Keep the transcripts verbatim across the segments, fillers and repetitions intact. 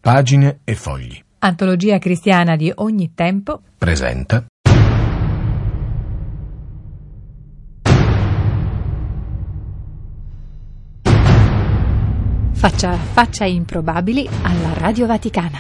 Pagine e fogli. Antologia cristiana di ogni tempo Presenta Faccia a faccia improbabili alla Radio Vaticana.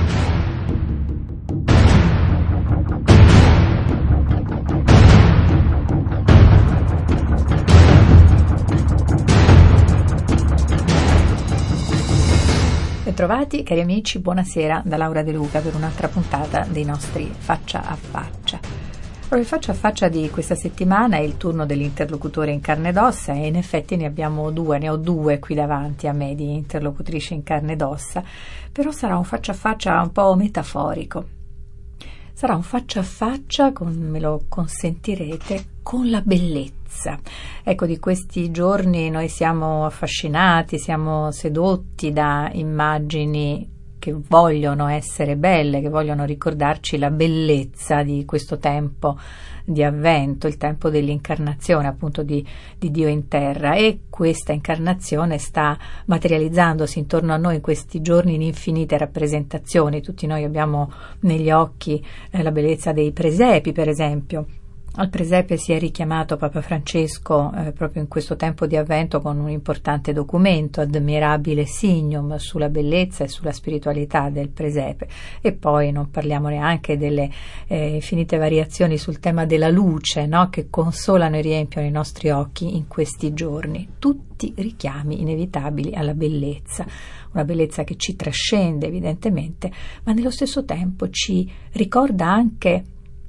Bentrovati cari amici, buonasera da Laura De Luca per un'altra puntata dei nostri Faccia a Faccia. Allora, il Faccia a Faccia di questa settimana è il turno dell'interlocutore in carne ed ossa e in effetti ne abbiamo due, ne ho due qui davanti a me di interlocutrici in carne ed ossa, però sarà un faccia a faccia un po' metaforico. Sarà un faccia a faccia, con, me lo consentirete, con la bellezza. Ecco, di questi giorni noi siamo affascinati, siamo sedotti da immagini che vogliono essere belle, che vogliono ricordarci la bellezza di questo tempo di avvento, il tempo dell'incarnazione appunto di, di Dio in terra, e questa incarnazione sta materializzandosi intorno a noi in questi giorni in infinite rappresentazioni. Tutti noi abbiamo negli occhi eh, la bellezza dei presepi, per esempio. Al presepe si è richiamato Papa Francesco eh, proprio in questo tempo di avvento con un importante documento, Ad Mirabile Signum, sulla bellezza e sulla spiritualità del presepe. E poi non parliamo neanche delle eh, infinite variazioni sul tema della luce, no? Che consolano e riempiono i nostri occhi in questi giorni. Tutti richiami inevitabili alla bellezza, una bellezza che ci trascende evidentemente, ma nello stesso tempo ci ricorda anche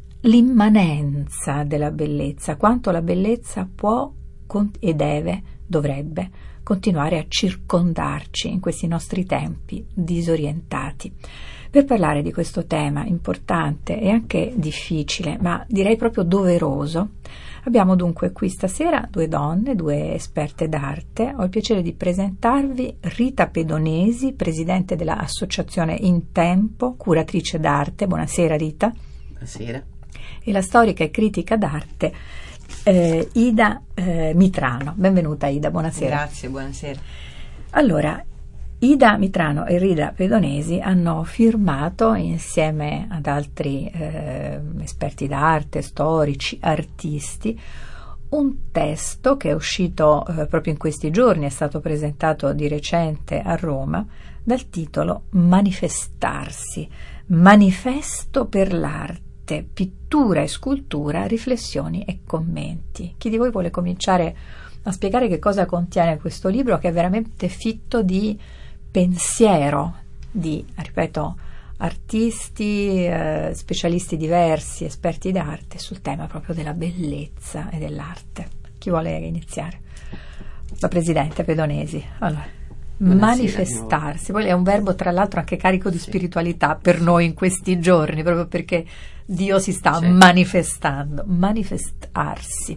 l'immanenza della bellezza, quanto la bellezza può e deve, dovrebbe continuare a circondarci in questi nostri tempi disorientati. Per parlare di questo tema importante e anche difficile, ma direi proprio doveroso, abbiamo dunque qui stasera due donne, due esperte d'arte. Ho il piacere di presentarvi Rita Pedonesi, presidente dell'Associazione In Tempo, curatrice d'arte. Buonasera Rita. Buonasera. E la storica e critica d'arte eh, Ida eh, Mitrano. Benvenuta Ida, buonasera. Grazie, buonasera. Allora, Ida Mitrano e Rita Pedonesi hanno firmato insieme ad altri eh, esperti d'arte, storici, artisti, un testo che è uscito eh, proprio in questi giorni, è stato presentato di recente a Roma, dal titolo Manifestarsi, manifesto per l'arte, pittura e scultura, riflessioni e commenti. Chi di voi vuole cominciare a spiegare che cosa contiene questo libro, che è veramente fitto di pensiero di, ripeto, artisti, eh, specialisti diversi, esperti d'arte sul tema proprio della bellezza e dell'arte? Chi vuole iniziare? La presidente Pedonesi. Allora, buonasera. Manifestarsi, poi è un verbo tra l'altro anche carico di spiritualità per noi in questi giorni, proprio perché Dio si sta certo. manifestando. Manifestarsi.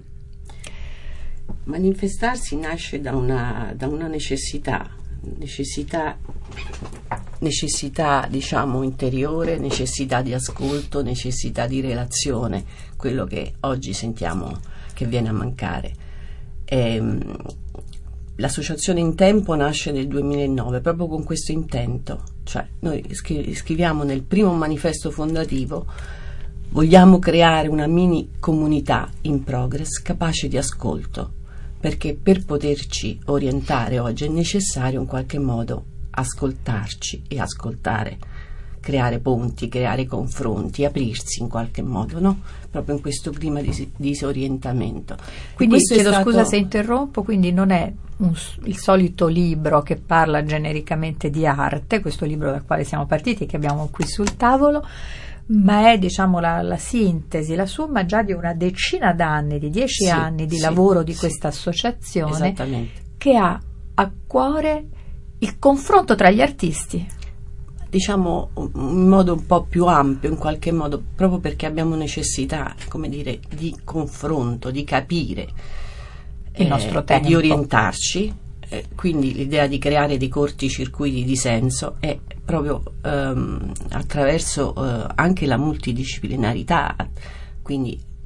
Manifestarsi nasce da una, da una necessità, necessità, necessità diciamo interiore, necessità di ascolto, necessità di relazione, quello che oggi sentiamo che viene a mancare. Ehm, L'associazione In Tempo nasce nel duemilanove proprio con questo intento, cioè noi scri- scriviamo nel primo manifesto fondativo: vogliamo creare una mini comunità in progress capace di ascolto, perché per poterci orientare oggi è necessario in qualche modo ascoltarci e ascoltare, creare ponti, creare confronti, aprirsi in qualche modo, no? Proprio in questo clima di disorientamento. Quindi chiedo stato... scusa se interrompo, quindi non è un, il solito libro che parla genericamente di arte, questo libro dal quale siamo partiti, che abbiamo qui sul tavolo, ma è diciamo la, la sintesi, la somma già di una decina d'anni, di dieci sì, anni di sì, lavoro di sì, questa associazione che ha a cuore il confronto tra gli artisti. Diciamo in modo un po' più ampio, in qualche modo, proprio perché abbiamo necessità, come dire, di confronto, di capire il eh, nostro tempo, di orientarci. Eh, quindi l'idea di creare dei corticircuiti di senso è proprio ehm, attraverso eh, anche la multidisciplinarità, quindi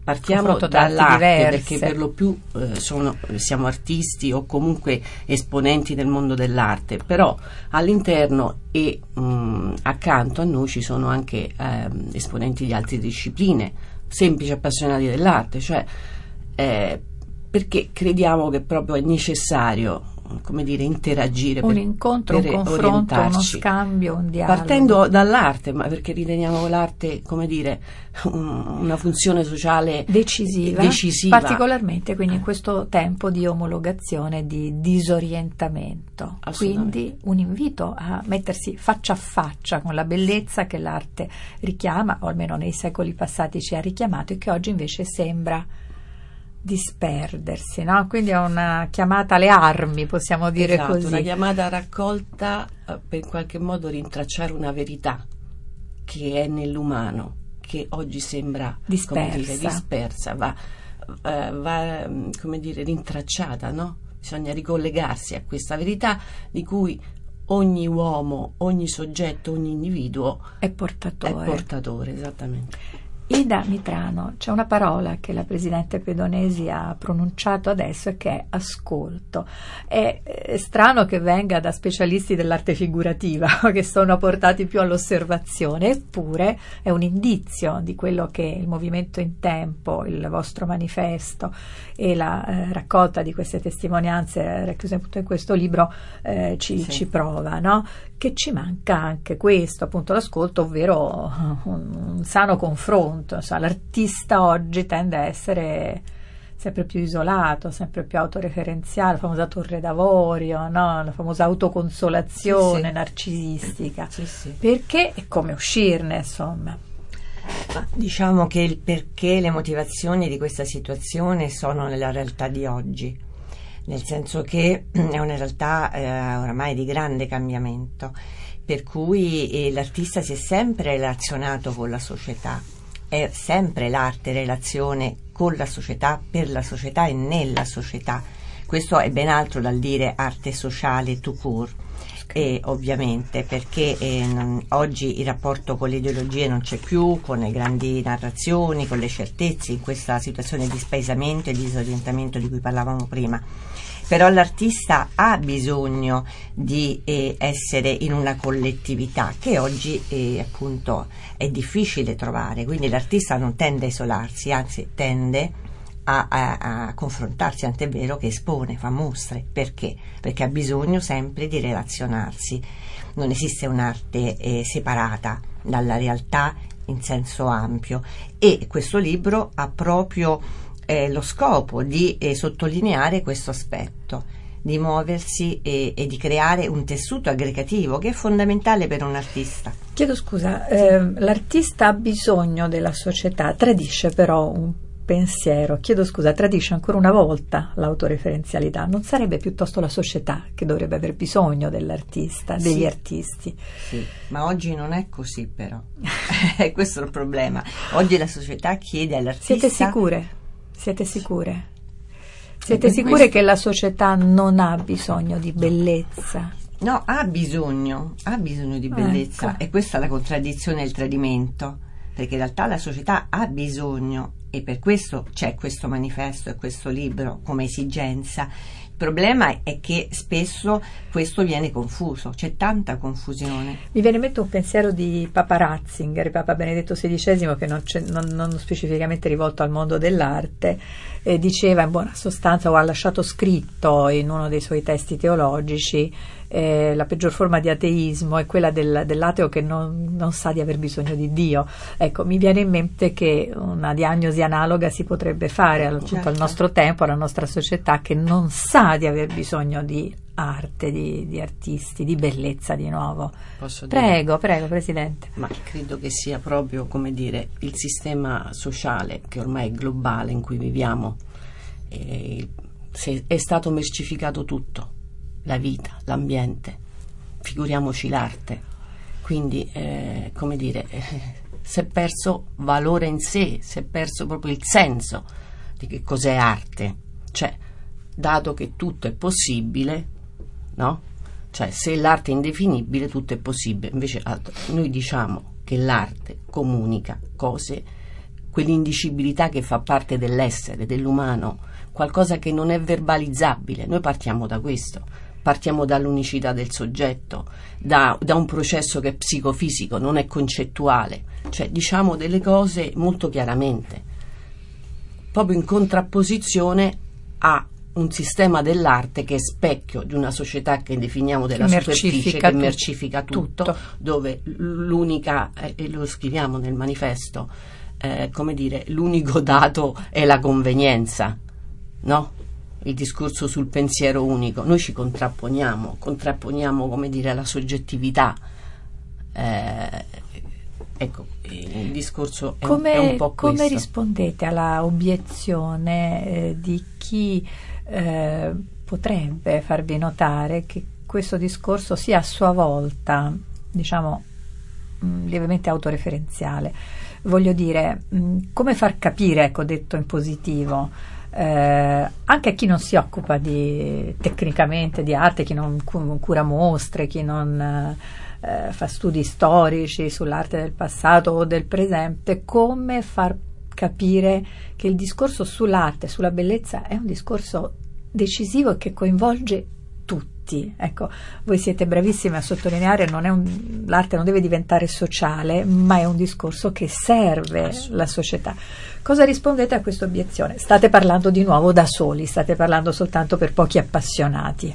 partiamo dall'arte, perché per lo più eh, sono, siamo artisti o comunque esponenti del mondo dell'arte, però all'interno e mh, accanto a noi ci sono anche eh, esponenti di altre discipline, semplici appassionati dell'arte, cioè eh, perché crediamo che proprio è necessario, come dire, interagire, un per, incontro, per un confronto, orientarci. uno scambio, un dialogo. Partendo dall'arte, ma perché riteniamo l'arte, come dire, un, una funzione sociale decisiva, decisiva, particolarmente quindi in questo tempo di omologazione, di disorientamento. Quindi un invito a mettersi faccia a faccia con la bellezza che l'arte richiama, o almeno nei secoli passati ci ha richiamato, e che oggi invece sembra disperdersi, no? Quindi è una chiamata alle armi, possiamo dire, esatto, così. Una chiamata raccolta eh, per in qualche modo rintracciare una verità che è nell'umano, che oggi sembra dispersa, come dire, dispersa va, eh, va come dire rintracciata, no? Bisogna ricollegarsi a questa verità di cui ogni uomo, ogni soggetto, ogni individuo è portatore. È portatore, esattamente. Ida Mitrano, c'è una parola che la Presidente Pedonesi ha pronunciato adesso e che è ascolto. È, è strano che venga da specialisti dell'arte figurativa che sono portati più all'osservazione, eppure è un indizio di quello che il Movimento in Tempo, il vostro manifesto e la eh, raccolta di queste testimonianze racchiuse appunto in questo libro eh, ci, sì. ci prova, no? Che ci manca anche questo, appunto l'ascolto, ovvero un, un sano confronto. Insomma, l'artista oggi tende a essere sempre più isolato, sempre più autoreferenziale, la famosa torre d'avorio, no? La famosa autoconsolazione sì, sì. narcisistica. Sì, sì. Perché e come uscirne, insomma? Ma diciamo che il perché, le motivazioni di questa situazione sono nella realtà di oggi, nel senso che è una realtà eh, oramai di grande cambiamento, per cui eh, l'artista si è sempre relazionato con la società. È sempre l'arte relazione con la società, per la società e nella società. Questo è ben altro dal dire arte sociale tout court, e ovviamente perché eh, non, oggi il rapporto con le ideologie non c'è più, con le grandi narrazioni, con le certezze, in questa situazione di spaesamento e di disorientamento di cui parlavamo prima. Però l'artista ha bisogno di eh, essere in una collettività che oggi eh, appunto è difficile trovare, quindi l'artista non tende a isolarsi, anzi tende a, a, a confrontarsi, tant'è vero che espone, fa mostre. Perché? Perché ha bisogno sempre di relazionarsi. Non esiste un'arte eh, separata dalla realtà in senso ampio, e questo libro ha proprio Eh, lo scopo di eh, sottolineare questo aspetto, di muoversi e, e di creare un tessuto aggregativo che è fondamentale per un artista. Chiedo scusa, eh, l'artista ha bisogno della società, tradisce però un pensiero, chiedo scusa, tradisce ancora una volta l'autoreferenzialità. Non sarebbe piuttosto la società che dovrebbe aver bisogno dell'artista, degli sì. artisti? Sì, ma oggi non è così però. Questo è il problema. Oggi la società chiede all'artista... Siete sicure? Siete sicure? Siete sicure questo... che la società non ha bisogno di bellezza? No, ha bisogno, ha bisogno di bellezza, ecco. E questa è la contraddizione e il tradimento, perché in realtà la società ha bisogno, e per questo c'è questo manifesto e questo libro come esigenza. Il problema è che spesso questo viene confuso, c'è tanta confusione. Mi viene in mente un pensiero di Papa Ratzinger, Papa Benedetto sedicesimo, che non, non, non specificamente rivolto al mondo dell'arte, eh, diceva in buona sostanza, o ha lasciato scritto in uno dei suoi testi teologici, eh, la peggior forma di ateismo è quella del, dell'ateo che non, non sa di aver bisogno di Dio. Ecco, mi viene in mente che una diagnosi analoga si potrebbe fare al, certo. al nostro tempo, alla nostra società, che non sa di aver bisogno di arte, di, di artisti, di bellezza di nuovo. Posso prego, dire? prego, Presidente. Ma credo che sia proprio, come dire, il sistema sociale che ormai è globale in cui viviamo. E se è stato mercificato tutto, la vita, l'ambiente, figuriamoci l'arte. Quindi, eh, come dire, eh, si è perso valore in sé, si è perso proprio il senso di che cos'è arte. Cioè, dato che tutto è possibile, no? Cioè, se l'arte è indefinibile, tutto è possibile. Invece noi diciamo che l'arte comunica cose quell'indicibilità che fa parte dell'essere, dell'umano, qualcosa che non è verbalizzabile. Noi partiamo da questo, partiamo dall'unicità del soggetto, da, da un processo che è psicofisico, non è concettuale, cioè diciamo delle cose molto chiaramente, proprio in contrapposizione a un sistema dell'arte che è specchio di una società che definiamo della superficie, che mercifica tutto, tutto, dove l'unica, e lo scriviamo nel manifesto, eh, come dire, l'unico dato è la convenienza, no? Il discorso sul pensiero unico. Noi ci contrapponiamo, contrapponiamo, come dire, la soggettività. Eh, ecco, il discorso è, come, un, è un po' questo. Come rispondete alla obiezione eh, di chi eh, potrebbe farvi notare che questo discorso sia a sua volta, diciamo, mh, lievemente autoreferenziale? Voglio dire, mh, come far capire, ecco, detto in positivo, Eh, anche a chi non si occupa di, tecnicamente di arte, chi non cu- cura mostre, chi non eh, fa studi storici sull'arte del passato o del presente, come far capire che il discorso sull'arte, sulla bellezza è un discorso decisivo e che coinvolge tutti. Ecco, voi siete bravissimi a sottolineare, non è un, l'arte non deve diventare sociale, ma è un discorso che serve la società. Cosa rispondete a questa obiezione? State parlando di nuovo da soli, state parlando soltanto per pochi appassionati.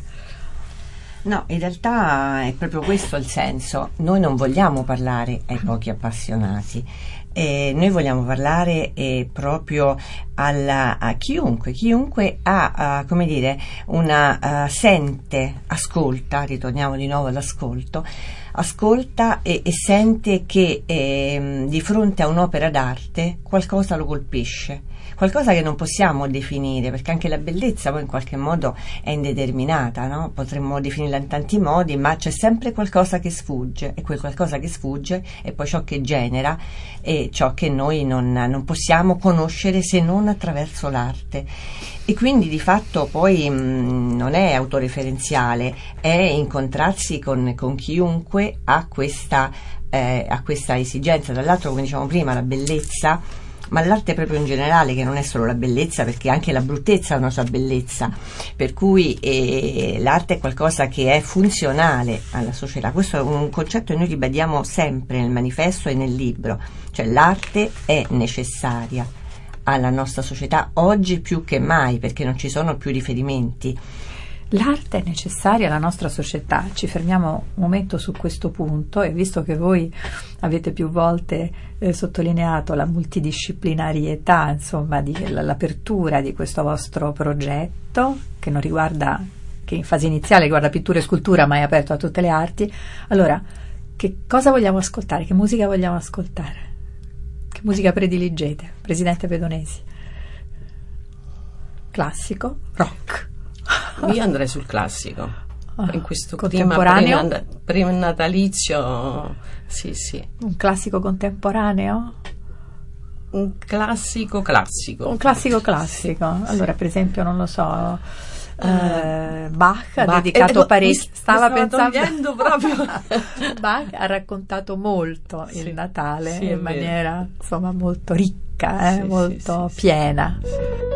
No, in realtà è proprio questo il senso. Noi non vogliamo parlare ai pochi appassionati, eh, noi vogliamo parlare eh, proprio alla, a chiunque, chiunque ha, uh, come dire, una uh, sente, ascolta, ritorniamo di nuovo all'ascolto, ascolta e, e sente che eh, di fronte a un'opera d'arte qualcosa lo colpisce, qualcosa che non possiamo definire, perché anche la bellezza poi in qualche modo è indeterminata, no? Potremmo definirla in tanti modi, ma c'è sempre qualcosa che sfugge, e quel qualcosa che sfugge è poi ciò che genera e ciò che noi non, non possiamo conoscere se non attraverso l'arte. E quindi di fatto poi mh, non è autoreferenziale, è incontrarsi con, con chiunque ha questa, eh, ha questa esigenza. Tra l'altro, come dicevamo prima, la bellezza, ma l'arte proprio in generale, che non è solo la bellezza, perché anche la bruttezza ha una sua bellezza, per cui eh, l'arte è qualcosa che è funzionale alla società. Questo è un concetto che noi ribadiamo sempre nel manifesto e nel libro, cioè l'arte è necessaria alla nostra società oggi più che mai, perché non ci sono più riferimenti. L'arte è necessaria alla nostra società. Ci fermiamo un momento su questo punto, e visto che voi avete più volte eh, sottolineato la multidisciplinarietà, insomma, di, l'apertura di questo vostro progetto, che non riguarda, che in fase iniziale riguarda pittura e scultura, ma è aperto a tutte le arti, allora che cosa vogliamo ascoltare? Che musica vogliamo ascoltare? Che musica prediligete, Presidente Pedonesi? Classico? Rock? Io andrei sul classico. Ah, in questo contemporaneo? clima prima natalizio, sì, sì. Un classico contemporaneo? Un classico classico. Un classico classico. Sì, allora, sì. per esempio, non lo so, eh, Bach ha Bach. dedicato Eh, parecchio. Stava stava pensando proprio. Bach ha raccontato molto Sì, il Natale sì, è in vero. maniera, insomma, molto ricca, eh, Sì, molto sì, sì, piena. sì.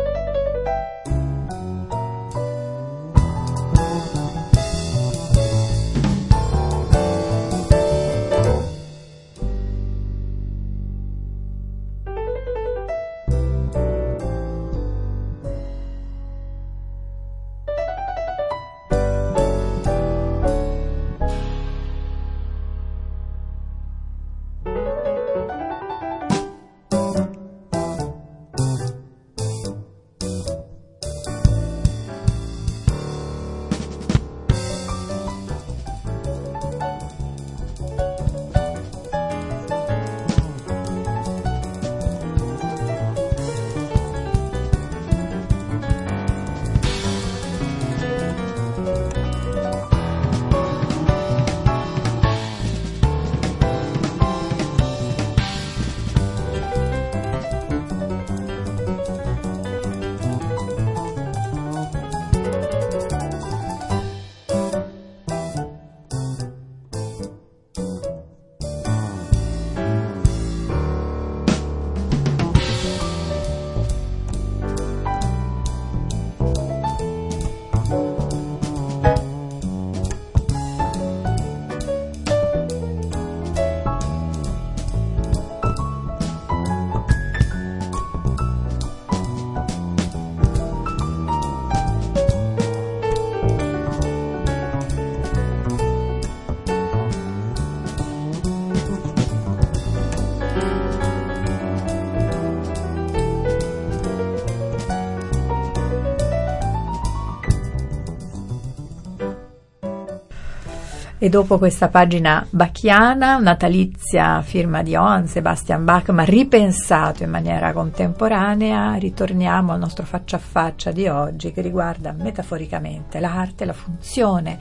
E dopo questa pagina bachiana, natalizia, firma di Johann Sebastian Bach, ma ripensato in maniera contemporanea, ritorniamo al nostro faccia a faccia di oggi, che riguarda metaforicamente l'arte, la funzione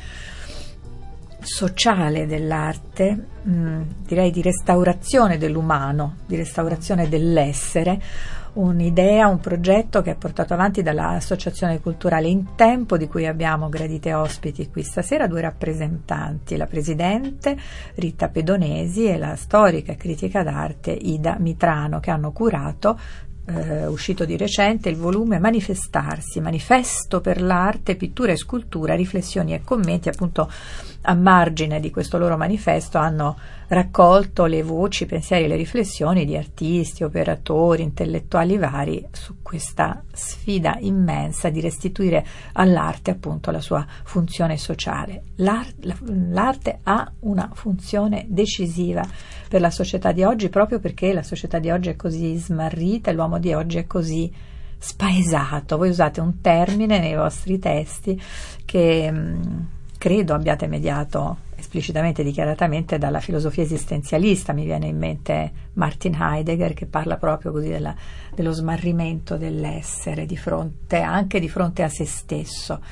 sociale dell'arte, mh, direi di restaurazione dell'umano, di restaurazione dell'essere, un'idea, un progetto che è portato avanti dall'Associazione Culturale In Tempo, di cui abbiamo gradite ospiti qui stasera, due rappresentanti, la presidente Rita Pedonesi e la storica e critica d'arte Ida Mitrano, che hanno curato, eh, uscito di recente, il volume Manifestarsi, manifesto per l'arte, pittura e scultura, riflessioni e commenti. Appunto, a margine di questo loro manifesto hanno raccolto le voci, i pensieri e le riflessioni di artisti, operatori, intellettuali vari su questa sfida immensa di restituire all'arte appunto la sua funzione sociale. L'ar- la- l'arte ha una funzione decisiva per la società di oggi, proprio perché la società di oggi è così smarrita e l'uomo di oggi è così spaesato. Voi usate un termine nei vostri testi che mh, credo abbiate mediato esplicitamente, dichiaratamente, dalla filosofia esistenzialista. Mi viene in mente Martin Heidegger, che parla proprio così della, dello smarrimento dell'essere di fronte, anche di fronte a se stesso.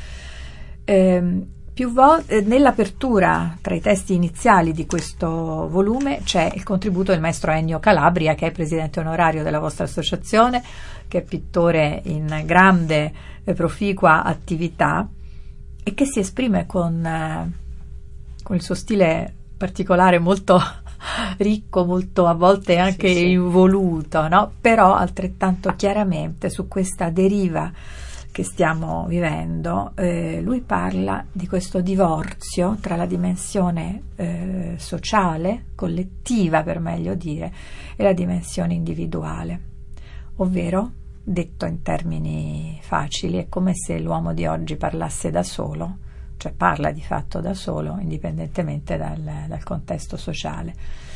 Ehm, più volte nell'apertura, tra i testi iniziali di questo volume, c'è il contributo del maestro Ennio Calabria, che è presidente onorario della vostra associazione, che è pittore in grande e proficua attività e che si esprime con eh, con il suo stile particolare, molto ricco, molto a volte anche sì, sì. involuto, no? Però altrettanto chiaramente su questa deriva che stiamo vivendo. Eh, lui parla di questo divorzio tra la dimensione eh, sociale, collettiva per meglio dire, e la dimensione individuale, ovvero, detto in termini facili, è come se l'uomo di oggi parlasse da solo, cioè parla di fatto da solo, indipendentemente dal, dal contesto sociale.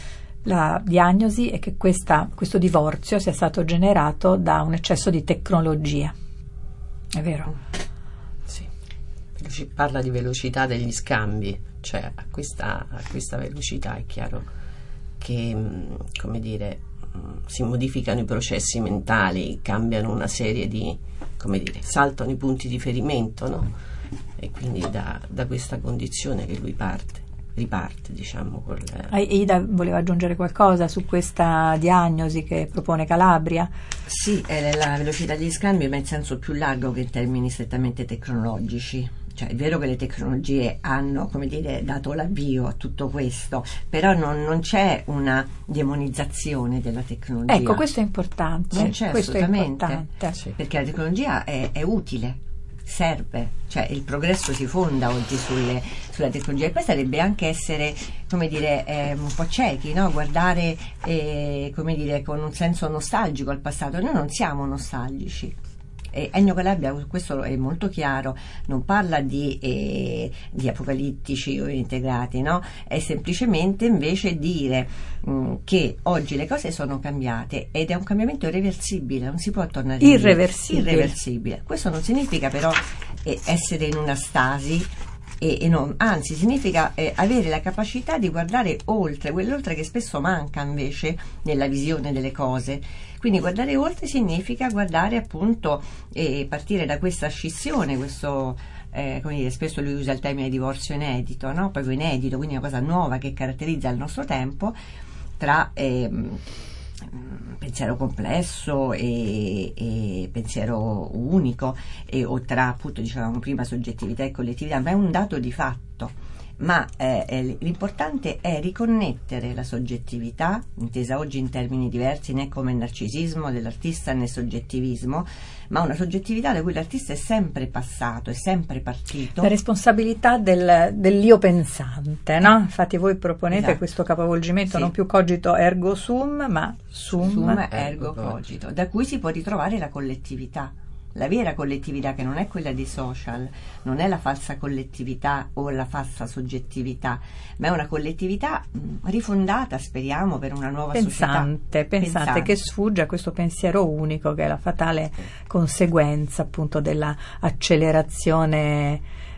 La diagnosi è che questa, questo divorzio sia stato generato da un eccesso di tecnologia. È vero? Sì. Parla di velocità degli scambi, cioè a questa, a questa velocità è chiaro che, come dire, si modificano i processi mentali, cambiano una serie di, come dire, saltano i punti di riferimento, no? E quindi da, da questa condizione che lui parte, riparte, diciamo. Col... Ida voleva aggiungere qualcosa su questa diagnosi che propone Calabria? Sì, è la velocità degli scambi, ma in senso più largo che in termini strettamente tecnologici. Cioè, è vero che le tecnologie hanno, come dire, dato l'avvio a tutto questo, però non, non c'è una demonizzazione della tecnologia. Ecco, questo è importante. Non c'è questo assolutamente, è importante. Sì. Perché la tecnologia è, è utile, serve, cioè il progresso si fonda oggi sulle, sulla tecnologia, e poi sarebbe anche essere, come dire, eh, un po' ciechi, no? Guardare, eh, come dire, con un senso nostalgico al passato. Noi non siamo nostalgici. E Ennio Calabria, questo è molto chiaro, non parla di, eh, di apocalittici o integrati, no? È semplicemente invece dire mh, che oggi le cose sono cambiate ed è un cambiamento irreversibile, non si può tornare irreversibile. irreversibile. Questo non significa però eh, essere in una stasi, e, e non, anzi significa eh, avere la capacità di guardare oltre, quell'oltre che spesso manca invece nella visione delle cose. Quindi guardare oltre significa guardare appunto e partire da questa scissione, questo eh, come dire, spesso lui usa il termine divorzio inedito, no? Proprio inedito, quindi una cosa nuova che caratterizza il nostro tempo, tra eh, pensiero complesso e, e pensiero unico, e, o tra, appunto, dicevamo prima, soggettività e collettività, ma è un dato di fatto. Ma eh, l'importante è riconnettere la soggettività, intesa oggi in termini diversi, né come narcisismo dell'artista né soggettivismo, ma una soggettività da cui l'artista è sempre passato, è sempre partito. La responsabilità del, dell'io pensante, no? Infatti voi proponete esatto. questo capovolgimento, sì. non più cogito ergo sum, ma sum, sum ergo cogito, da cui si può ritrovare la collettività. La vera collettività, che non è quella dei social, non è la falsa collettività o la falsa soggettività, ma è una collettività mh, rifondata, speriamo, per una nuova pensante, società. Pensante, pensante, che sfugge a questo pensiero unico, che è la fatale conseguenza appunto della accelerazione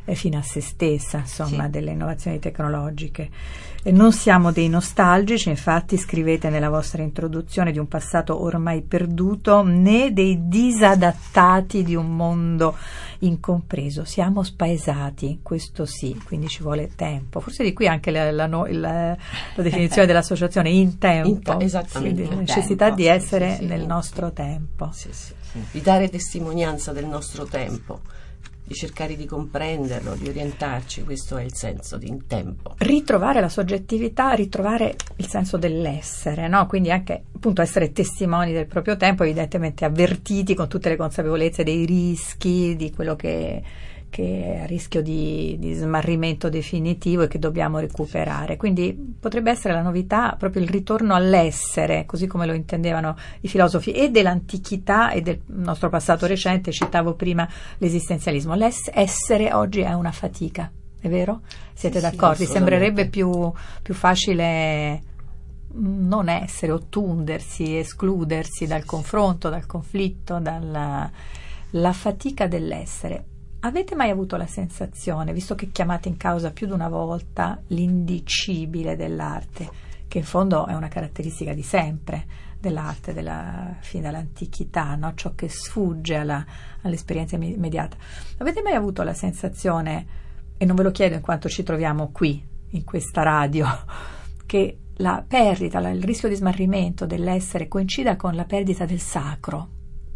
eh, fino a se stessa, insomma, sì. delle innovazioni tecnologiche. E non siamo dei nostalgici, infatti scrivete nella vostra introduzione di un passato ormai perduto, né dei disadattati di un mondo incompreso. Siamo spaesati, questo sì, quindi ci vuole tempo. Forse di qui anche la, la, la, la definizione dell'associazione in tempo, In, esattamente, sì, la in necessità tempo, di essere sì, sì, nel sì. nostro tempo. Sì, sì, sì. Di dare testimonianza del nostro tempo, di cercare di comprenderlo, di orientarci, questo è il senso di in tempo. Ritrovare la soggettività, ritrovare il senso dell'essere, no? Quindi anche appunto essere testimoni del proprio tempo, evidentemente avvertiti con tutte le consapevolezze dei rischi, di quello che, che è a rischio di, di smarrimento definitivo e che dobbiamo recuperare. Quindi potrebbe essere la novità proprio il ritorno all'essere, così come lo intendevano i filosofi e dell'antichità e del nostro passato recente. Citavo prima l'esistenzialismo. L'essere oggi è una fatica, è vero? Siete Sì, sì, d'accordo? Sembrerebbe assolutamente. più, più facile non essere, ottundersi, escludersi dal confronto, dal conflitto, dalla la fatica dell'essere. Avete mai avuto la sensazione, visto che chiamate in causa più di una volta l'indicibile dell'arte, che in fondo è una caratteristica di sempre dell'arte, della, fin dall'antichità, no? Ciò che sfugge alla, all'esperienza immediata. Avete mai avuto la sensazione, e non ve lo chiedo in quanto ci troviamo qui, in questa radio, che la perdita, la, il rischio di smarrimento dell'essere coincida con la perdita del sacro?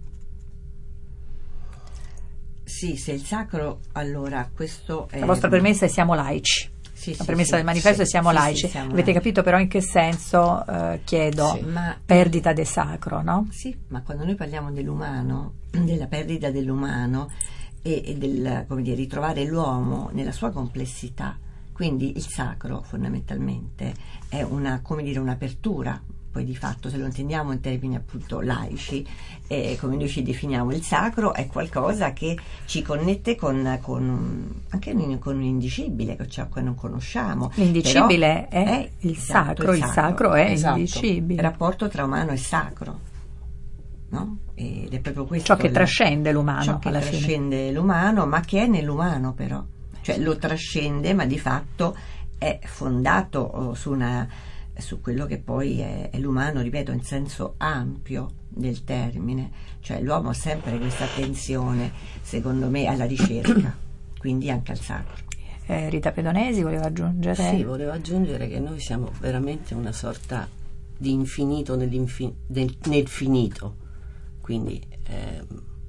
Sì, se il sacro, allora questo è... La vostra premessa è siamo laici. Sì, La sì, premessa sì, del manifesto sì, è siamo sì, laici. sì, siamo Avete laici. capito però in che senso, eh, chiedo, Sì. Ma, perdita del sacro, no? sì, ma quando noi parliamo dell'umano, della perdita dell'umano e, e del, come dire, ritrovare l'uomo nella sua complessità, quindi il sacro fondamentalmente è una, come dire, un'apertura. Poi di fatto, se lo intendiamo in termini appunto laici, eh, come noi ci definiamo, il sacro è qualcosa che ci connette con, con anche con un indicibile che, cioè, che non conosciamo. L'indicibile Però è il esatto, sacro, il sacro è esatto. indicibile. il rapporto tra umano e sacro, no? Ed è proprio questo Ciò che il- trascende l'umano, ciò che alla fine. trascende l'umano, ma che è nell'umano però, cioè lo trascende, ma di fatto è fondato oh, su una su quello che poi è, è l'umano, ripeto, in senso ampio del termine, cioè l'uomo ha sempre questa attenzione, secondo me, alla ricerca, quindi anche al sacro. Eh, Rita Pedonesi voleva aggiungere? Sì, volevo aggiungere che noi siamo veramente una sorta di infinito nell'infi- nel, nel finito, quindi ehm,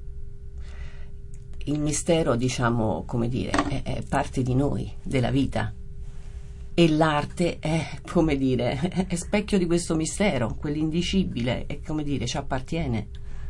il mistero, diciamo, come dire, è, è parte di noi, della vita, e l'arte è, come dire, è specchio di questo mistero, quell'indicibile, è, come dire, ci appartiene,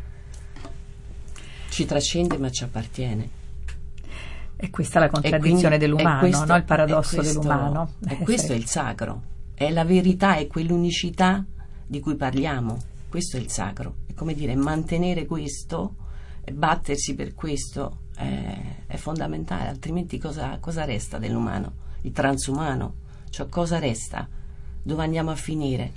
ci trascende ma ci appartiene. E questa è la E contraddizione quindi- dell'umano, e questo- no? Il paradosso e questo- dell'umano. E questo è il sacro, è la verità, è quell'unicità di cui parliamo. Questo è il sacro. È come dire, mantenere questo, e battersi per questo è, è fondamentale, altrimenti cosa, cosa resta dell'umano? Il transumano, cioè cosa resta? Dove andiamo a finire?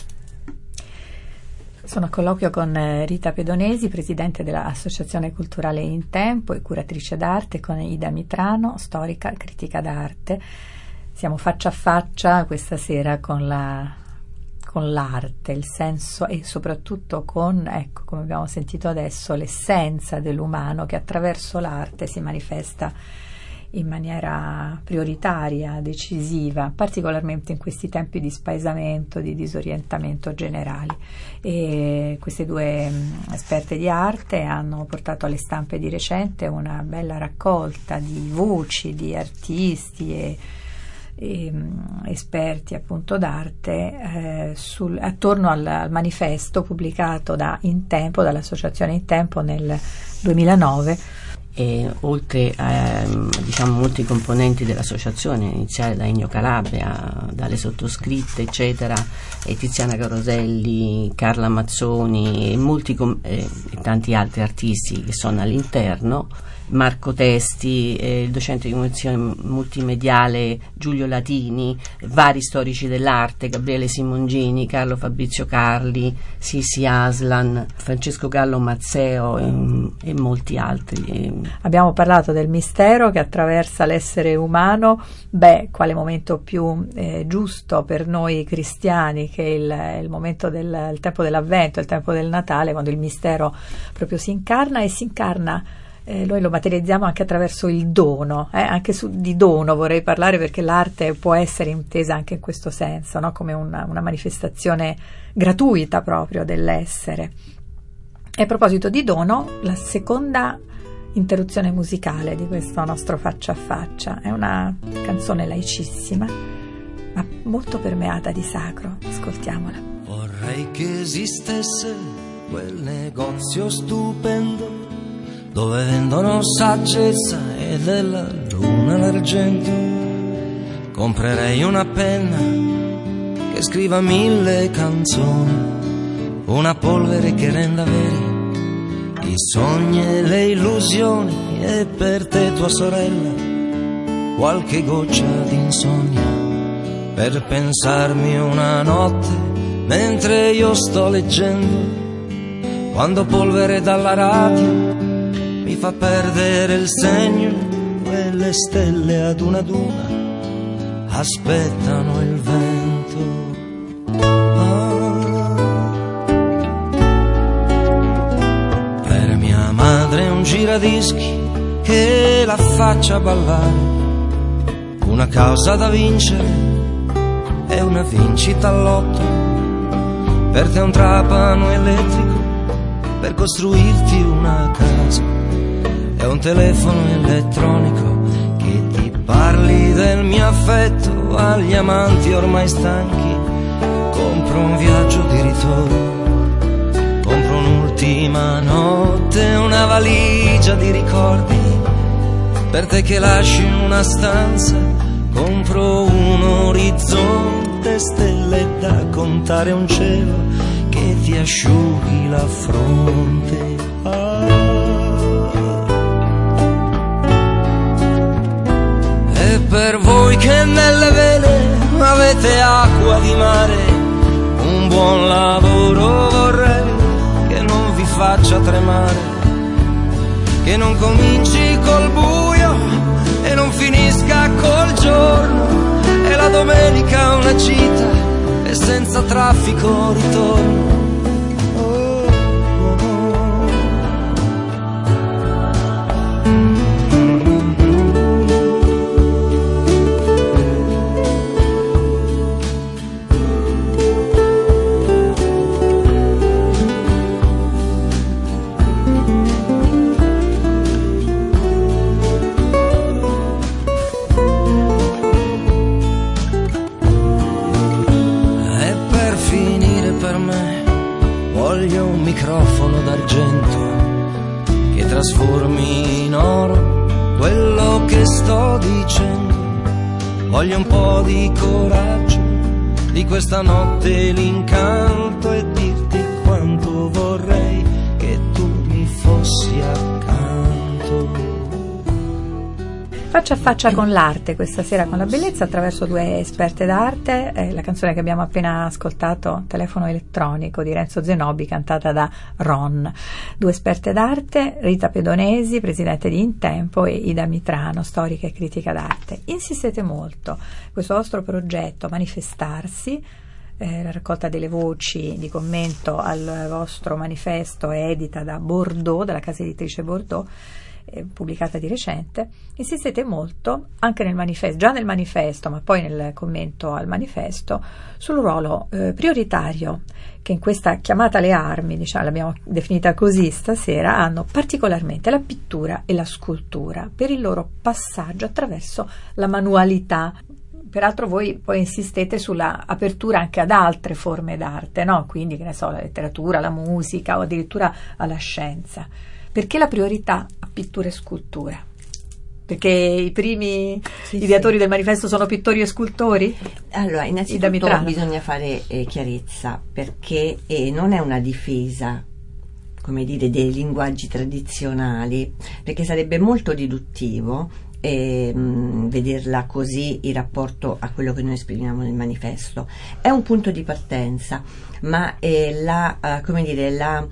Sono a colloquio con eh, Rita Pedonesi, presidente dell'Associazione Culturale In Tempo e curatrice d'arte, con Ida Mitrano, storica e critica d'arte. Siamo faccia a faccia questa sera con la con l'arte, il senso e soprattutto con, ecco, come abbiamo sentito adesso, l'essenza dell'umano che attraverso l'arte si manifesta in maniera prioritaria, decisiva, particolarmente in questi tempi di spaesamento, di disorientamento generali. E queste due mh, esperte di arte hanno portato alle stampe di recente una bella raccolta di voci di artisti e E, um, esperti appunto d'arte eh, sul, attorno al, al manifesto pubblicato da In Tempo, dall'associazione In Tempo nel duemilanove. E oltre a diciamo, molti componenti dell'associazione, a iniziare da Ennio Calabria, dalle sottoscritte eccetera, e Tiziana Caroselli, Carla Mazzoni e molti com- eh, e tanti altri artisti che sono all'interno, Marco Testi, eh, il docente di comunicazione multimediale Giulio Latini, vari storici dell'arte, Gabriele Simongini, Carlo Fabrizio Carli, Sisi Aslan, Francesco Gallo Mazzeo e, e molti altri. E Abbiamo parlato del mistero che attraversa l'essere umano. Beh, quale momento più eh, giusto per noi cristiani che il, il momento del il tempo dell'Avvento, il tempo del Natale, quando il mistero proprio si incarna e si incarna. Eh, noi lo materializziamo anche attraverso il dono, eh? Anche su, di dono vorrei parlare, perché l'arte può essere intesa anche in questo senso, no? Come una, una manifestazione gratuita proprio dell'essere. E a proposito di dono, la seconda interruzione musicale di questo nostro Faccia a Faccia è una canzone laicissima, ma molto permeata di sacro. Ascoltiamola. Vorrei che esistesse quel negozio stupendo dove vendono saggezza e della luna l'argento. Comprerei una penna che scriva mille canzoni, una polvere che renda veri i sogni e le illusioni, e per te, tua sorella, qualche goccia d'insonnia per pensarmi una notte mentre io sto leggendo, quando polvere dalla radio mi fa perdere il segno e le stelle ad una ad una aspettano il vento. Ah. Per mia madre un giradischi che la faccia ballare, una causa da vincere e una vincita all'otto. Per te un trapano elettrico per costruirti una casa, è un telefono elettronico che ti parli del mio affetto. Agli amanti ormai stanchi compro un viaggio di ritorno, compro un'ultima notte, una valigia di ricordi per te che lasci una stanza, compro un orizzonte, stelle da contare, un cielo che ti asciughi la fronte. Per voi che nelle vene avete acqua di mare, un buon lavoro vorrei che non vi faccia tremare, che non cominci col buio e non finisca col giorno, e la domenica una gita e senza traffico ritorno. Microfono d'argento che trasformi in oro quello che sto dicendo. Voglio un po' di coraggio di questa notte, l'incanto, e dirti quanto vorrei che tu mi fossi accanto. Faccia a faccia con l'arte, questa sera con la bellezza, attraverso due esperte d'arte. Eh, la canzone che abbiamo appena ascoltato, Telefono elettronico, di Renzo Zenobi, cantata da Ron. Due esperte d'arte, Rita Pedonesi, presidente di Intempo, e Ida Mitrano, storica e critica d'arte. Insistete molto, questo vostro progetto Manifestarsi, eh, la raccolta delle voci di commento al vostro manifesto, è edita da Bordeaux, dalla casa editrice Bordeaux, pubblicata di recente. Insistete molto anche nel manifesto, già nel manifesto, ma poi nel commento al manifesto, sul ruolo eh, prioritario che in questa chiamata alle armi, diciamo, l'abbiamo definita così stasera, hanno particolarmente la pittura e la scultura per il loro passaggio attraverso la manualità. Peraltro voi poi insistete sulla apertura anche ad altre forme d'arte, no? Quindi, che ne so, la letteratura, la musica o addirittura alla scienza. Perché la priorità a pittura e scultura? Perché i primi sì, ideatori sì. del manifesto sono pittori e scultori? Allora, innanzitutto bisogna fare eh, chiarezza, perché eh, non è una difesa, come dire, dei linguaggi tradizionali, perché sarebbe molto riduttivo eh, mh, vederla così in rapporto a quello che noi esprimiamo nel manifesto. È un punto di partenza, ma è la, uh, come dire, la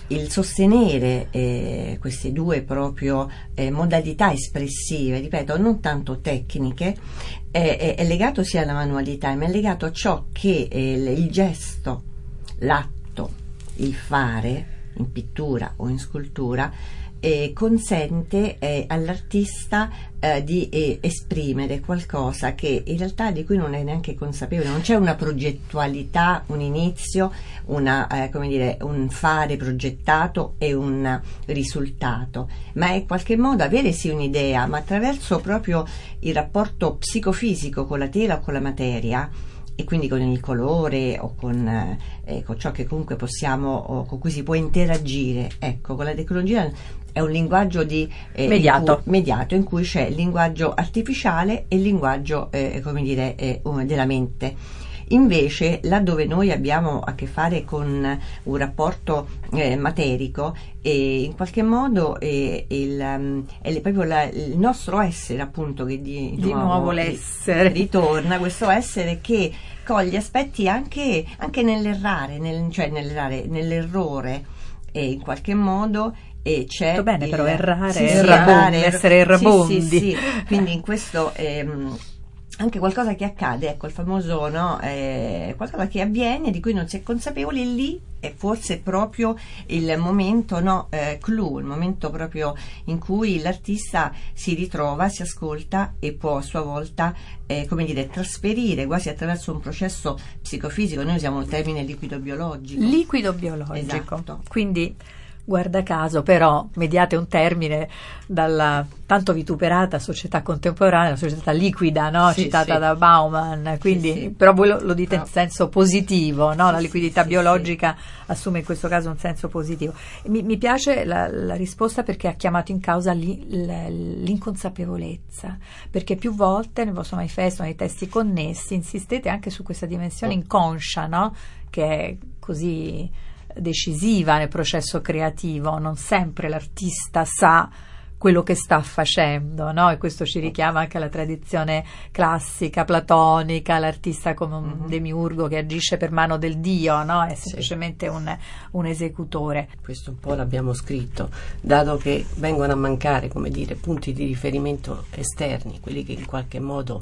il sostenere eh, queste due proprio eh, modalità espressive, ripeto, non tanto tecniche, è, è, è legato sia alla manualità, ma è legato a ciò che eh, il gesto, l'atto, il fare in pittura o in scultura eh, consente eh, all'artista eh, di eh, esprimere qualcosa che in realtà di cui non è neanche consapevole, non c'è una progettualità, un inizio, una, eh, come dire, un fare progettato e un risultato, ma è in qualche modo avere sì un'idea, ma attraverso proprio il rapporto psicofisico con la tela o con la materia, e quindi con il colore o con, eh, con ciò che comunque possiamo o con cui si può interagire. Ecco, con la tecnologia è un linguaggio di eh, mediato. In cui, mediato in cui c'è il linguaggio artificiale e il linguaggio eh, come dire eh, della mente. Invece, laddove noi abbiamo a che fare con un rapporto eh, materico, e in qualche modo eh, il, um, è proprio la, il nostro essere, appunto, che di, di nuovo, nuovo l'essere ritorna, questo essere che coglie aspetti anche, anche nell'errare, nel, cioè nell'errare, nell'errore, e in qualche modo e c'è tutto bene, il, però errare, sì, errabondi, sì, essere errabondi. Sì, sì, sì. Quindi in questo ehm, anche qualcosa che accade, ecco, il famoso, no, eh, qualcosa che avviene di cui non si è consapevoli, e lì è forse proprio il momento, no, eh, clou, il momento proprio in cui l'artista si ritrova, si ascolta e può a sua volta eh, come dire, trasferire quasi attraverso un processo psicofisico. Noi usiamo il termine liquido biologico. Liquido biologico. Esatto. Quindi, guarda caso, però, mediate un termine dalla tanto vituperata società contemporanea, la società liquida, no? Sì, Citata sì. da Bauman, quindi, Sì, sì. però voi lo, lo dite No. in senso positivo, no? Sì, La sì, liquidità sì, biologica assume in questo caso un senso positivo. Mi, mi piace la, la risposta, perché ha chiamato in causa li, l, l'inconsapevolezza, perché più volte nel vostro manifesto, nei testi connessi, insistete anche su questa dimensione inconscia, no? Che è così decisiva nel processo creativo. Non sempre l'artista sa quello che sta facendo, no? E questo ci richiama anche alla tradizione classica, platonica, l'artista come un mm-hmm. demiurgo che agisce per mano del dio, no? È semplicemente sì. un, un esecutore. Questo un po' l'abbiamo scritto, dato che vengono a mancare, come dire, punti di riferimento esterni, quelli che in qualche modo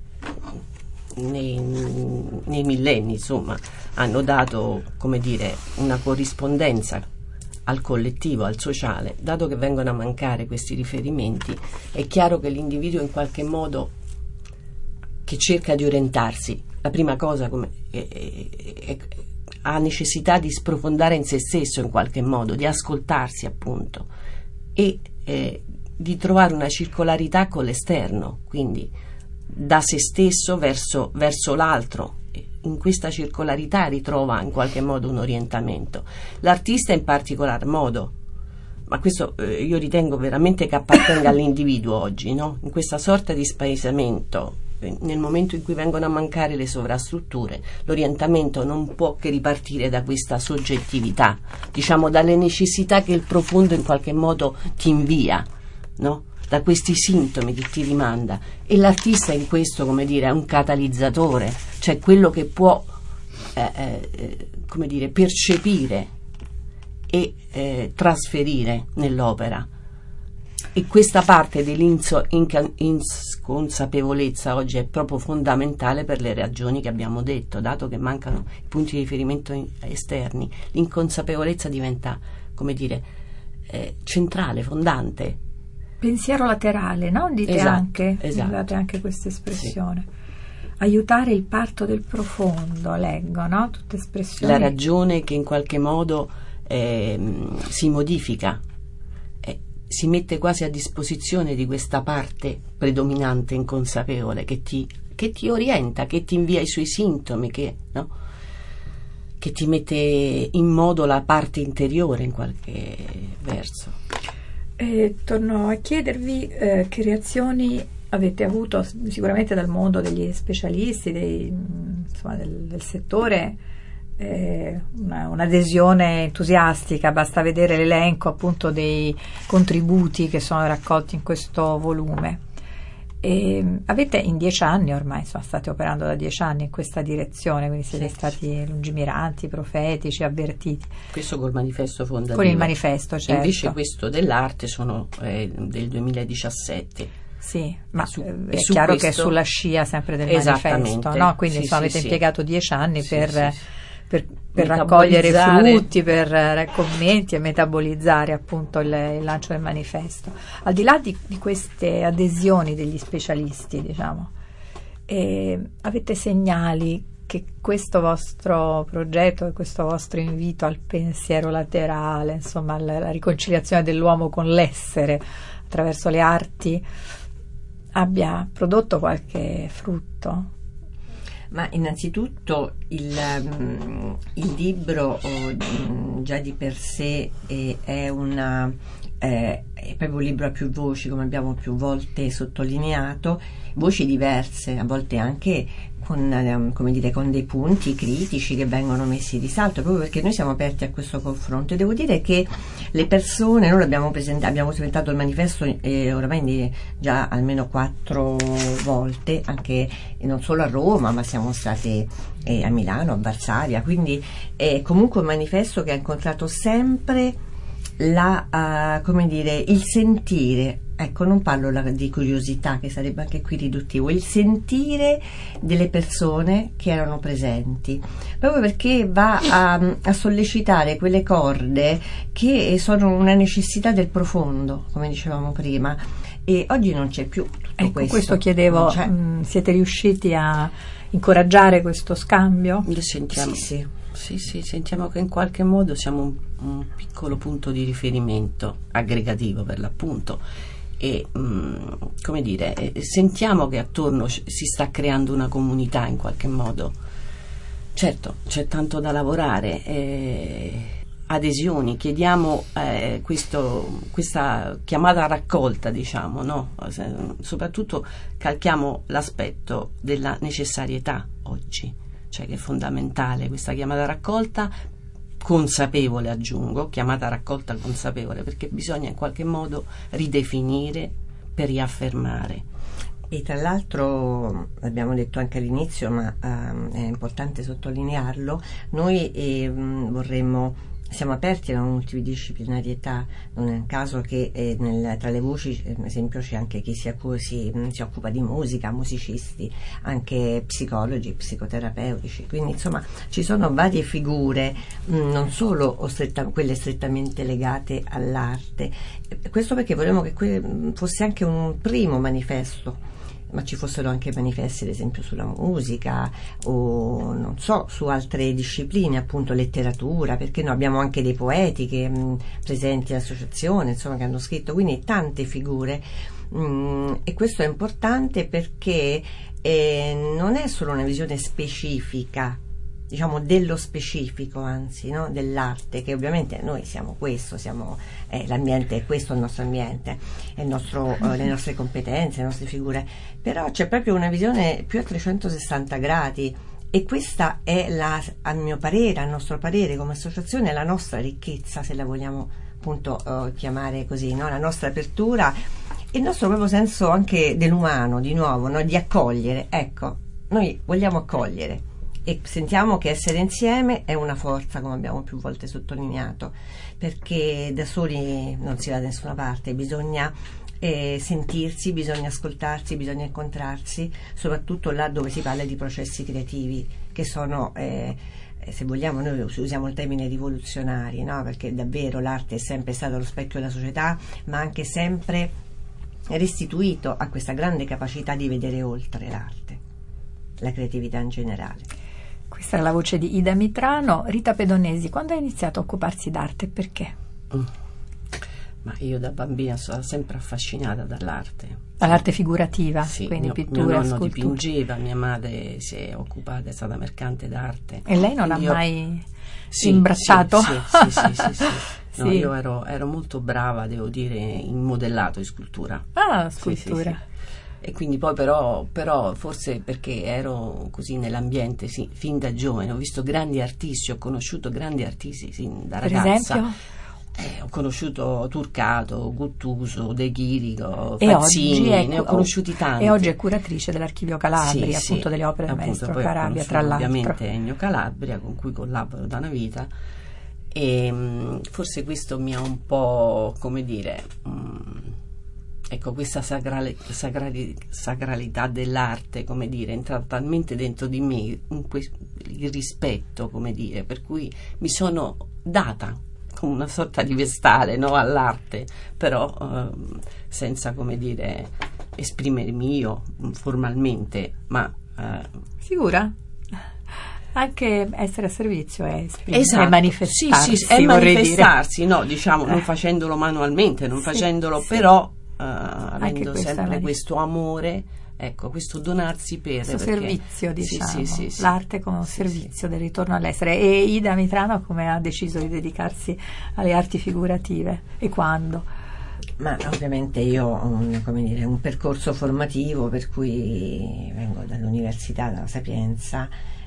nei, nei millenni, insomma, hanno dato, come dire, una corrispondenza al collettivo, al sociale. Dato che vengono a mancare questi riferimenti, è chiaro che l'individuo in qualche modo che cerca di orientarsi, la prima cosa come, è, è, è, ha necessità di sprofondare in se stesso in qualche modo, di ascoltarsi appunto, e eh, di trovare una circolarità con l'esterno, quindi da se stesso verso, verso l'altro. In questa circolarità ritrova in qualche modo un orientamento. L'artista in particolar modo, ma questo eh, io ritengo veramente che appartenga all'individuo oggi, no? In questa sorta di spaesamento, eh, nel momento in cui vengono a mancare le sovrastrutture, l'orientamento non può che ripartire da questa soggettività, diciamo dalle necessità che il profondo in qualche modo ti invia, no? Da questi sintomi che ti rimanda, e l'artista in questo, come dire, è un catalizzatore, cioè quello che può eh, eh, come dire, percepire e eh, trasferire nell'opera. E questa parte dell'inconsapevolezza oggi è proprio fondamentale per le ragioni che abbiamo detto, dato che mancano i punti di riferimento esterni. L'inconsapevolezza diventa, come dire, eh, centrale, fondante. Pensiero laterale, no? Dite esatto, anche, esatto. Date anche questa espressione. Sì. Aiutare il parto del profondo, leggo, no? Tutte espressioni. La ragione che in qualche modo eh, si modifica, eh, si mette quasi a disposizione di questa parte predominante inconsapevole che ti, che ti orienta, che ti invia i suoi sintomi, che, no? Che ti mette in modo la parte interiore in qualche verso. Eh, torno a chiedervi eh, che reazioni avete avuto sicuramente dal mondo degli specialisti, dei, insomma, del, del settore, eh, una, un'adesione entusiastica, basta vedere l'elenco appunto dei contributi che sono raccolti in questo volume. E avete in dieci anni ormai, insomma, state operando da dieci anni in questa direzione, quindi siete Sì. stati lungimiranti, profetici, avvertiti. Questo col manifesto fondativo. Con il manifesto, certo. Invece questo dell'arte sono eh, del duemiladiciassette. Sì, ma su- eh, e è su chiaro che è questo- sulla scia sempre del Esattamente. manifesto, no? Quindi Sì, insomma, sì, avete sì. impiegato dieci anni Sì, per, sì, sì. per, per raccogliere Metabolizzare. frutti, per eh, commenti e metabolizzare appunto il, il lancio del manifesto. Al di là di, di queste adesioni degli specialisti, diciamo, eh, avete segnali che questo vostro progetto e questo vostro invito al pensiero laterale, insomma alla, alla riconciliazione dell'uomo con l'essere attraverso le arti, abbia prodotto qualche frutto? Ma innanzitutto il, um, il libro oh, già di per sé è, è una eh, è proprio un libro a più voci, come abbiamo più volte sottolineato, voci diverse, a volte anche con, eh, come dire, con dei punti critici che vengono messi in risalto, proprio perché noi siamo aperti a questo confronto. E devo dire che le persone, noi l'abbiamo presentato, abbiamo presentato il manifesto eh, oramai di, già almeno quattro volte, anche eh, non solo a Roma, ma siamo state eh, a Milano, a Varsavia, quindi è comunque un manifesto che ha incontrato sempre la, uh, come dire, il sentire, ecco, non parlo la, di curiosità, che sarebbe anche qui riduttivo, il sentire delle persone che erano presenti, proprio perché va a, a sollecitare quelle corde che sono una necessità del profondo, come dicevamo prima, e oggi non c'è più tutto Ecco, questo. questo chiedevo, mh, siete riusciti a incoraggiare questo scambio? Lo sentiamo. Sì, sì. Sì, sì, sentiamo che in qualche modo siamo un, un piccolo punto di riferimento, aggregativo per l'appunto, e mh, come dire, eh, sentiamo che attorno c- si sta creando una comunità in qualche modo. Certo, c'è tanto da lavorare, eh, adesioni, chiediamo eh, questo, questa chiamata a raccolta, diciamo, no? Soprattutto calchiamo l'aspetto della necessarietà oggi, cioè che è fondamentale questa chiamata a raccolta consapevole, aggiungo, chiamata a raccolta consapevole, perché bisogna in qualche modo ridefinire per riaffermare. E tra l'altro, l'abbiamo detto anche all'inizio, ma um, è importante sottolinearlo, noi eh, vorremmo, siamo aperti a un'multidisciplinarietà, non è un caso che eh, nel, tra le voci, ad esempio, c'è anche chi si, si, si occupa di musica, musicisti, anche psicologi, psicoterapeutici, quindi insomma ci sono varie figure, mh, non solo stretta, quelle strettamente legate all'arte. Questo perché vorremmo che que- fosse anche un primo manifesto, ma ci fossero anche manifesti ad esempio sulla musica o non so, su altre discipline, appunto letteratura, perché noi abbiamo anche dei poeti che mh, presenti all'associazione, insomma, che hanno scritto, quindi tante figure, mh, e questo è importante perché eh, non è solo una visione specifica, diciamo dello specifico, anzi, no? Dell'arte, che ovviamente noi siamo questo, siamo eh, l'ambiente è questo, il nostro ambiente, è il nostro, eh, le nostre competenze, le nostre figure, però c'è proprio una visione più a trecentosessanta gradi, e questa è la, a mio parere, a nostro parere come associazione, la nostra ricchezza, se la vogliamo appunto eh, chiamare così, no? La nostra apertura e il nostro proprio senso anche dell'umano, di nuovo, no? Di accogliere, ecco, noi vogliamo accogliere e sentiamo che essere insieme è una forza, come abbiamo più volte sottolineato, perché da soli non si va da nessuna parte, bisogna eh, sentirsi, bisogna ascoltarsi, bisogna incontrarsi, soprattutto là dove si parla di processi creativi che sono eh, se vogliamo, noi usiamo il termine rivoluzionari, no? Perché davvero l'arte è sempre stato lo specchio della società, ma anche sempre restituito a questa grande capacità di vedere oltre l'arte, la creatività in generale. Questa è la voce di Ida Mitrano. Rita Pedonesi, quando ha iniziato a occuparsi d'arte e perché? Mm. Ma io da bambina sono sempre affascinata dall'arte. Dall'arte figurativa, sì, quindi mio, pittura, mio nonno scultura. dipingeva, mia madre si è occupata, è stata mercante d'arte. E lei non Quindi ha io, mai sì, imbracciato? Sì, sì, sì, sì, sì, sì. No, Sì. io ero, ero molto brava, devo dire, in modellato, in scultura. Ah, Sì, scultura. sì, sì. E quindi poi però, però forse perché ero così nell'ambiente, sì, fin da giovane, ho visto grandi artisti, ho conosciuto grandi artisti sin da Per ragazza. esempio? Eh, ho conosciuto Turcato, Guttuso, De Chirico, e Fazzini, oggi, ecco, ne ho conosciuti tanti. E oggi è curatrice dell'Archivio Calabria, sì, appunto sì, delle opere del appunto, maestro poi Carabia, tra l'altro. Ovviamente Ennio Calabria, con cui collaboro da una vita, e mh, forse questo mi ha un po', come dire, mh, ecco, questa sacrale, sacrali, sacralità dell'arte, come dire, entra talmente dentro di me, un, il rispetto, come dire, per cui mi sono data come una sorta di vestale, no, all'arte, però eh, senza, come dire, esprimermi io formalmente, ma eh, sicura? Anche essere a servizio è esprimere, esatto, è manifestarsi, sì, sì, è manifestarsi, dire. no, diciamo, non facendolo manualmente, non sì, facendolo, sì. però eh, avendo sempre manif- questo amore, ecco, questo donarsi per questo perché, servizio, diciamo, sì, sì, sì, l'arte come un sì, servizio sì. del ritorno all'essere. E Ida Mitrano come ha deciso di dedicarsi alle arti figurative e quando? Ma ovviamente io ho un, come dire, un percorso formativo, per cui vengo dall'Università della Sapienza,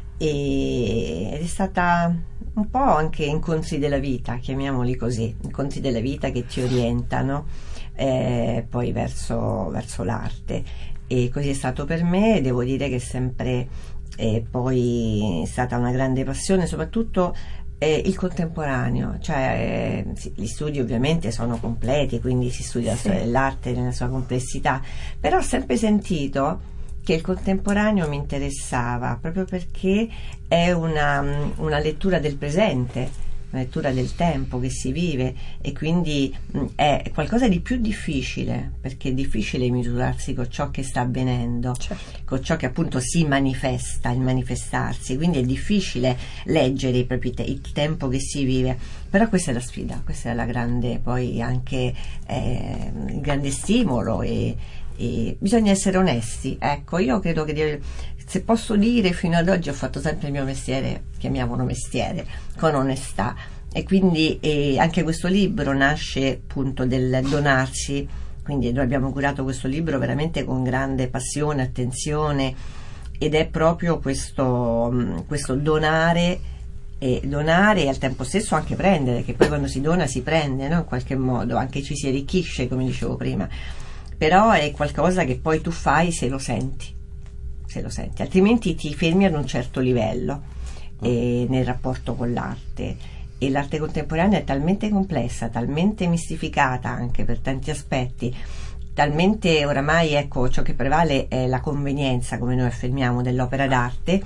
e, ed è stata un po' anche incontri della vita, chiamiamoli così, incontri della vita che ti orientano eh, poi verso, verso l'arte, e così è stato per me. Devo dire che è sempre eh, poi è stata una grande passione, soprattutto eh, il contemporaneo, cioè eh, sì, gli studi ovviamente sono completi, quindi si studia la storia dell'arte nella sua complessità, però ho sempre sentito che il contemporaneo mi interessava, proprio perché è una, una lettura del presente, una lettura del tempo che si vive, e quindi mh, è qualcosa di più difficile, perché è difficile misurarsi con ciò che sta avvenendo, certo. con ciò che appunto si manifesta, il manifestarsi, quindi è difficile leggere i propri te- il tempo che si vive, però questa è la sfida, questa è la grande, poi anche eh, il grande stimolo, e E bisogna essere onesti. Ecco, io credo che, se posso dire, fino ad oggi ho fatto sempre il mio mestiere, chiamiamolo mestiere, con onestà, e quindi eh, anche questo libro nasce appunto del donarsi, quindi noi abbiamo curato questo libro veramente con grande passione, attenzione, ed è proprio questo, questo donare, e donare e al tempo stesso anche prendere, che poi quando si dona si prende, no? In qualche modo anche ci si arricchisce, come dicevo prima, però è qualcosa che poi tu fai se lo senti, se lo senti, altrimenti ti fermi ad un certo livello eh, nel rapporto con l'arte. E l'arte contemporanea è talmente complessa, talmente mistificata anche per tanti aspetti, talmente oramai, ecco, ciò che prevale è la convenienza, come noi affermiamo, dell'opera d'arte,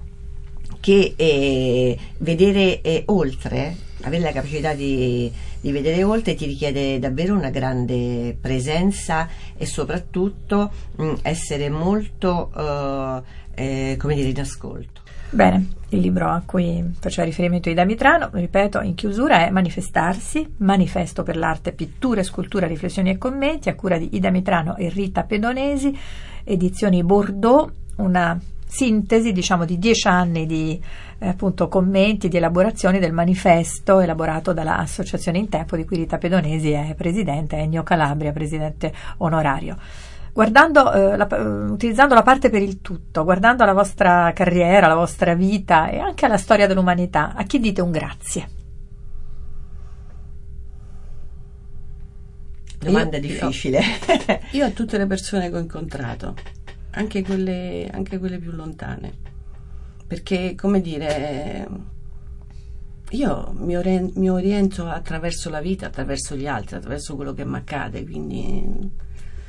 che eh, vedere eh, oltre, avere la capacità di, di vedere oltre, ti richiede davvero una grande presenza, e soprattutto mh, essere molto eh, eh, come dire, in ascolto. Bene, il libro a cui faceva riferimento Ida Mitrano, ripeto, in chiusura, è Manifestarsi, manifesto per l'arte, pittura, scultura, riflessioni e commenti, a cura di Ida Mitrano e Rita Pedonesi, edizioni Bordeaux, una sintesi, diciamo, di dieci anni di eh, appunto commenti, di elaborazioni del manifesto elaborato dall'Associazione In Tempo, di cui Rita Pedonesi è presidente, Ennio Calabria presidente onorario. Guardando, eh, la, utilizzando la parte per il tutto, guardando la vostra carriera, la vostra vita e anche alla storia dell'umanità, a chi dite un grazie? Domanda io, difficile. Io, io a tutte le persone che ho incontrato, anche quelle, anche quelle più lontane, perché, come dire, io mi, orien- mi oriento attraverso la vita, attraverso gli altri, attraverso quello che mi accade, quindi...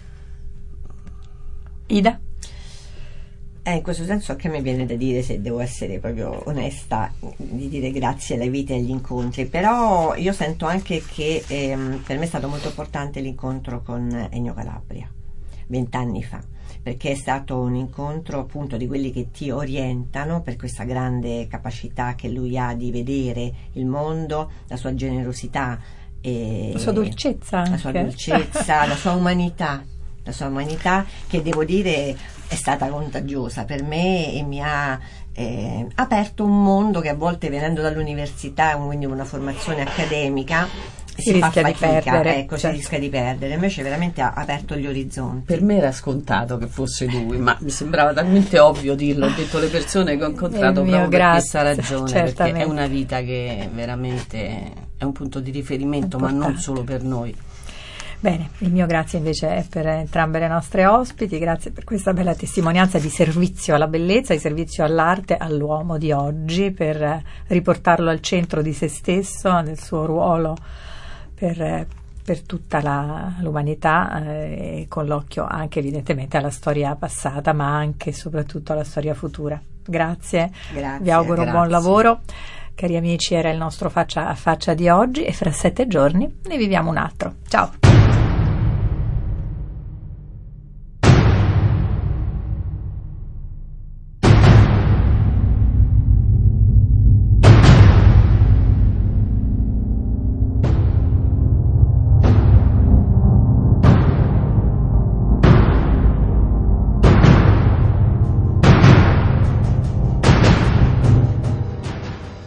Ida? Eh, in questo senso anche a me viene da dire, se devo essere proprio onesta, di dire grazie alla vita e agli incontri, però io sento anche che ehm, per me è stato molto importante l'incontro con Ennio Calabria vent'anni fa, perché è stato un incontro appunto di quelli che ti orientano, per questa grande capacità che lui ha di vedere il mondo, la sua generosità, e la sua dolcezza anche. la sua dolcezza, la sua umanità, la sua umanità che devo dire è stata contagiosa per me, e mi ha eh, aperto un mondo che a volte, venendo dall'università, quindi una formazione accademica, si, si rischia di perdere. Ecco, certo. si rischia di perdere, invece veramente ha aperto gli orizzonti. Per me era scontato che fosse lui, ma mi sembrava talmente ovvio dirlo. Ho detto le persone che ho incontrato proprio per questa ragione, certamente. Perché è una vita che veramente è un punto di riferimento, importante, ma non solo per noi. Bene, il mio grazie invece è per entrambe le nostre ospiti, grazie per questa bella testimonianza di servizio alla bellezza, di servizio all'arte, all'uomo di oggi, per riportarlo al centro di se stesso, nel suo ruolo per, per tutta la, l'umanità, eh, e con l'occhio anche evidentemente alla storia passata, ma anche e soprattutto alla storia futura. Grazie, grazie vi auguro grazie. un buon lavoro. Cari amici, era il nostro Faccia a Faccia di oggi e fra sette giorni ne viviamo un altro. Ciao!